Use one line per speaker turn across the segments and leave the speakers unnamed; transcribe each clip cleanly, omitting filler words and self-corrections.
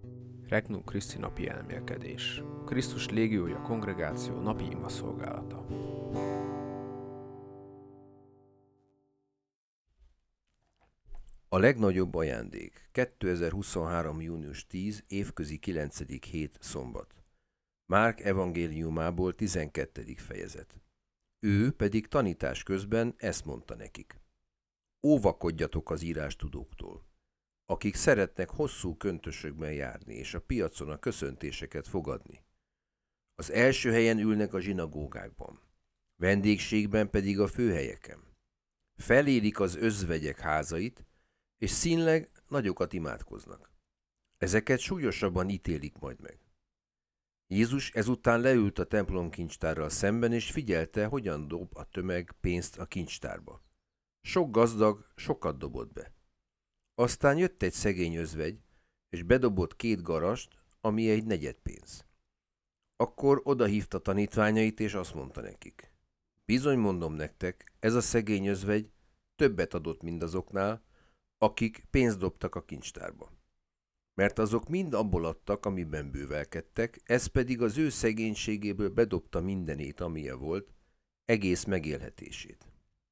Regnum Christi napi elmélkedés. Krisztus légiója kongregáció napi ima szolgálata.
A legnagyobb ajándék. 2023. június 10. évközi 9. hét szombat. Márk evangéliumából 12. fejezet. Ő pedig tanítás közben ezt mondta nekik. Óvakodjatok az írástudóktól, akik szeretnek hosszú köntösökben járni és a piacon a köszöntéseket fogadni. Az első helyen ülnek a zsinagógákban, vendégségben pedig a főhelyeken. Felélik az özvegyek házait, és színleg nagyokat imádkoznak. Ezeket súlyosabban ítélik majd meg. Jézus ezután leült a templom kincstárral szemben, és figyelte, hogyan dob a tömeg pénzt a kincstárba. Sok gazdag sokat dobott be. Aztán jött egy szegény özvegy, és bedobott 2 garast, ami egy negyed pénz. Akkor odahívta tanítványait, és azt mondta nekik. Bizony mondom nektek, ez a szegény özvegy többet adott mindazoknál, akik pénzt dobtak a kincstárba. Mert azok mind abból adtak, amiben bővelkedtek, ez pedig az ő szegénységéből bedobta mindenét, amilyen volt, egész megélhetését.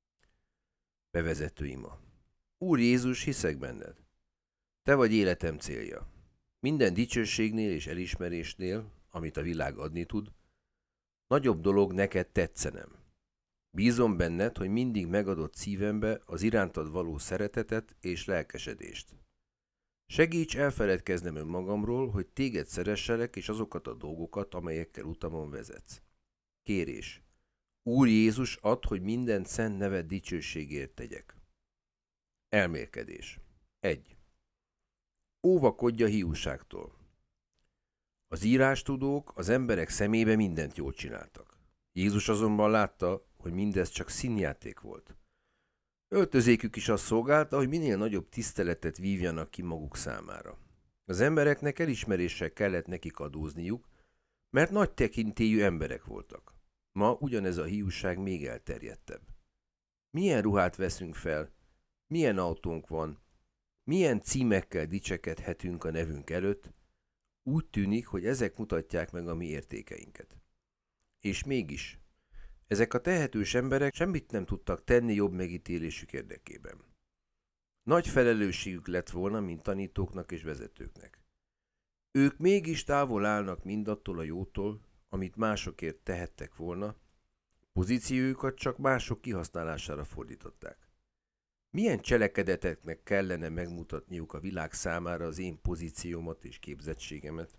Bevezető ima. Úr Jézus, hiszek benned. Te vagy életem célja. Minden dicsőségnél és elismerésnél, amit a világ adni tud, nagyobb dolog neked tetszenem. Bízom benned, hogy mindig megadod szívembe az irántad való szeretetet és lelkesedést. Segíts elfeledkeznem önmagamról, hogy téged szeresselek és azokat a dolgokat, amelyekkel utamon vezetsz. Kérés. Úr Jézus, add, hogy minden szent neved dicsőségért tegyek. Elmélkedés. 1. Óvakodj a hiúságtól. Az írástudók az emberek szemébe mindent jól csináltak. Jézus azonban látta, hogy mindez csak színjáték volt. Öltözékük is azt szolgálta, hogy minél nagyobb tiszteletet vívjanak ki maguk számára. Az embereknek elismeréssel kellett nekik adózniuk, mert nagy tekintélyű emberek voltak. Ma ugyanez a hiúság még elterjedtebb. Milyen ruhát veszünk fel, milyen autónk van, milyen címekkel dicsekedhetünk a nevünk előtt, úgy tűnik, hogy ezek mutatják meg a mi értékeinket. És mégis, ezek a tehetős emberek semmit nem tudtak tenni jobb megítélésük érdekében. Nagy felelősségük lett volna, mint tanítóknak és vezetőknek. Ők mégis távol állnak mindattól a jótól, amit másokért tehettek volna, pozíciójukat csak mások kihasználására fordították. Milyen cselekedeteknek kellene megmutatniuk a világ számára az én pozíciómat és képzettségemet?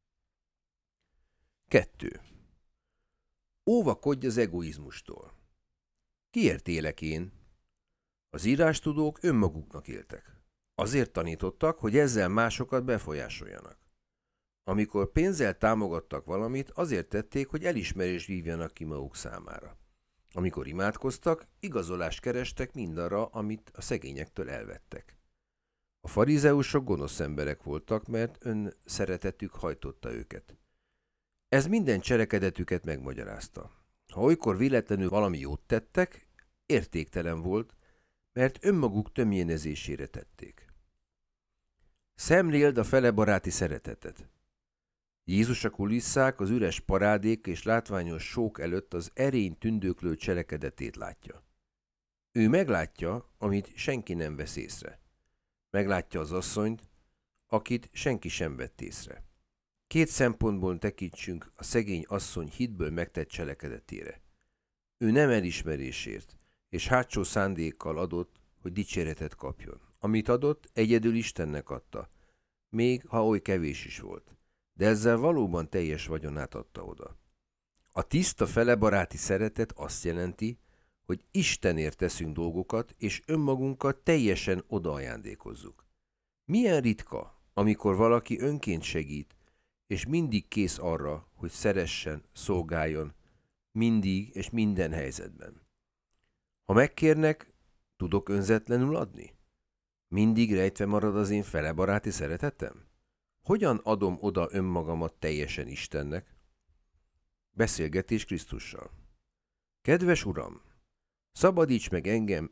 2. Óvakodj az egoizmustól. Kiért élek én? Az írástudók önmaguknak éltek. Azért tanítottak, hogy ezzel másokat befolyásoljanak. Amikor pénzzel támogattak valamit, azért tették, hogy elismerést vívjanak ki maguk számára. Amikor imádkoztak, igazolást kerestek mindarra, amit a szegényektől elvettek. A farizeusok gonosz emberek voltak, mert önszeretetük hajtotta őket. Ez minden cselekedetüket megmagyarázta. Ha olykor véletlenül valami jót tettek, értéktelen volt, mert önmaguk tömjénezésére tették. Szemléld a felebaráti szeretetet. Jézus a kulisszák, az üres parádék és látványos sók előtt az erény tündöklő cselekedetét látja. Ő meglátja, amit senki nem vesz észre. Meglátja az asszonyt, akit senki sem vett észre. 2 szempontból tekintsünk a szegény asszony hitből megtett cselekedetére. Ő nem elismerésért és hátsó szándékkal adott, hogy dicséretet kapjon. Amit adott, egyedül Istennek adta, még ha oly kevés is volt, de ezzel valóban teljes vagyonát adta oda. A tiszta felebaráti szeretet azt jelenti, hogy Istenért teszünk dolgokat, és önmagunkat teljesen odaajándékozzuk. Milyen ritka, amikor valaki önként segít, és mindig kész arra, hogy szeressen, szolgáljon, mindig és minden helyzetben. Ha megkérnek, tudok önzetlenül adni? Mindig rejtve marad az én felebaráti szeretetem? Hogyan adom oda önmagamat teljesen Istennek? Beszélgetés Krisztussal. Kedves Uram, szabadíts meg engem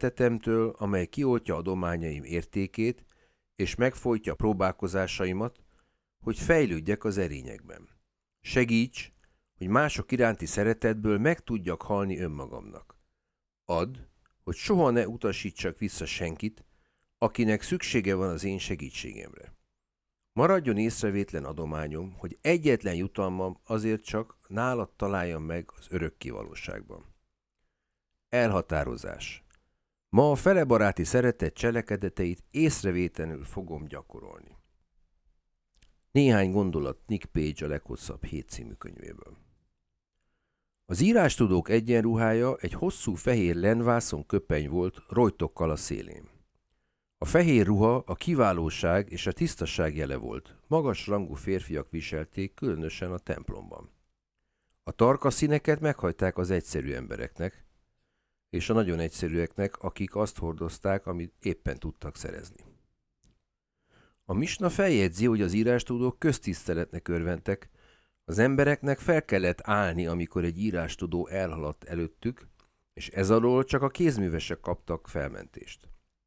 önszeretetemtől, amely kioltja adományaim értékét, és megfojtja próbálkozásaimat, hogy fejlődjek az erényekben. Segíts, hogy mások iránti szeretetből meg tudjak halni önmagamnak. Add, hogy soha ne utasítsak vissza senkit, akinek szüksége van az én segítségemre. Maradjon észrevétlen adományom, hogy egyetlen jutalmam azért csak nálad találjam meg az örökkévalóságban. Elhatározás. Ma a felebaráti szeretet cselekedeteit észrevétlenül fogom gyakorolni. Néhány gondolat Nick Page a Leghosszabb hét című könyvéből. Az írástudók egyenruhája egy hosszú fehér lenvászon köpeny volt rojtokkal a szélén. A fehér ruha a kiválóság és a tisztaság jele volt, magas rangú férfiak viselték, különösen a templomban. A tarka színeket meghagyták az egyszerű embereknek, és a nagyon egyszerűeknek, akik azt hordozták, amit éppen tudtak szerezni. A misna feljegyzi, hogy az írástudók köztiszteletnek örventek, az embereknek fel kellett állni, amikor egy írástudó elhaladt előttük, és ez alól csak a kézművesek kaptak felmentést.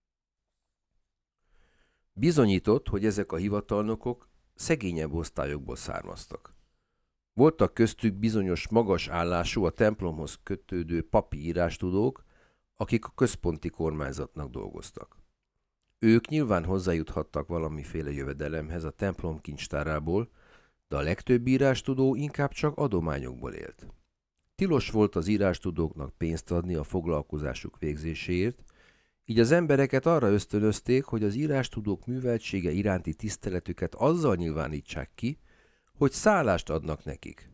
Bizonyított, hogy ezek a hivatalnokok szegényebb osztályokból származtak. Voltak köztük bizonyos magas állású, a templomhoz kötődő papi írástudók, akik a központi kormányzatnak dolgoztak. Ők nyilván hozzájuthattak valamiféle jövedelemhez a templom kincstárából, de a legtöbb írástudó inkább csak adományokból élt. Tilos volt az írástudóknak pénzt adni a foglalkozásuk végzéséért, így az embereket arra ösztönözték, hogy az írástudók műveltsége iránti tiszteletüket azzal nyilvánítsák ki, hogy szállást adnak nekik.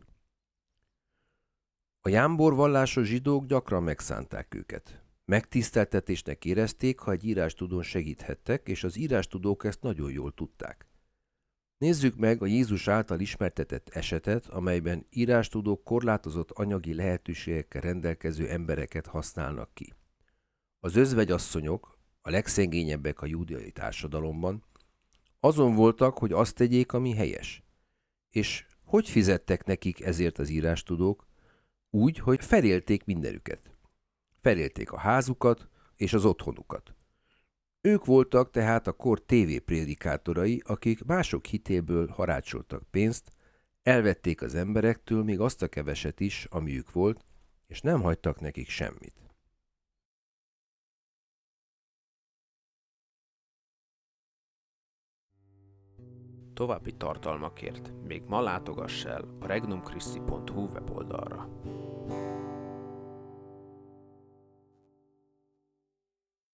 A jámbor vallásos zsidók gyakran megszánták őket. Megtiszteltetésnek érezték, ha egy írástudón segíthettek, és az írástudók ezt nagyon jól tudták. Nézzük meg a Jézus által ismertetett esetet, amelyben írástudók korlátozott anyagi lehetőségekkel rendelkező embereket használnak ki. Az özvegyasszonyok, a legszegényebbek a júdeai társadalomban, azon voltak, hogy azt tegyék, ami helyes. És hogy fizettek nekik ezért az írástudók? Úgy, hogy felélték mindenüket. Felélték a házukat és az otthonukat. Ők voltak tehát a kor tévéprédikátorai, akik mások hitéből harácsoltak pénzt, elvették az emberektől még azt a keveset is, amiük volt, és nem hagytak nekik semmit.
További tartalmakért még ma látogass el a regnumchristi.hu weboldalra.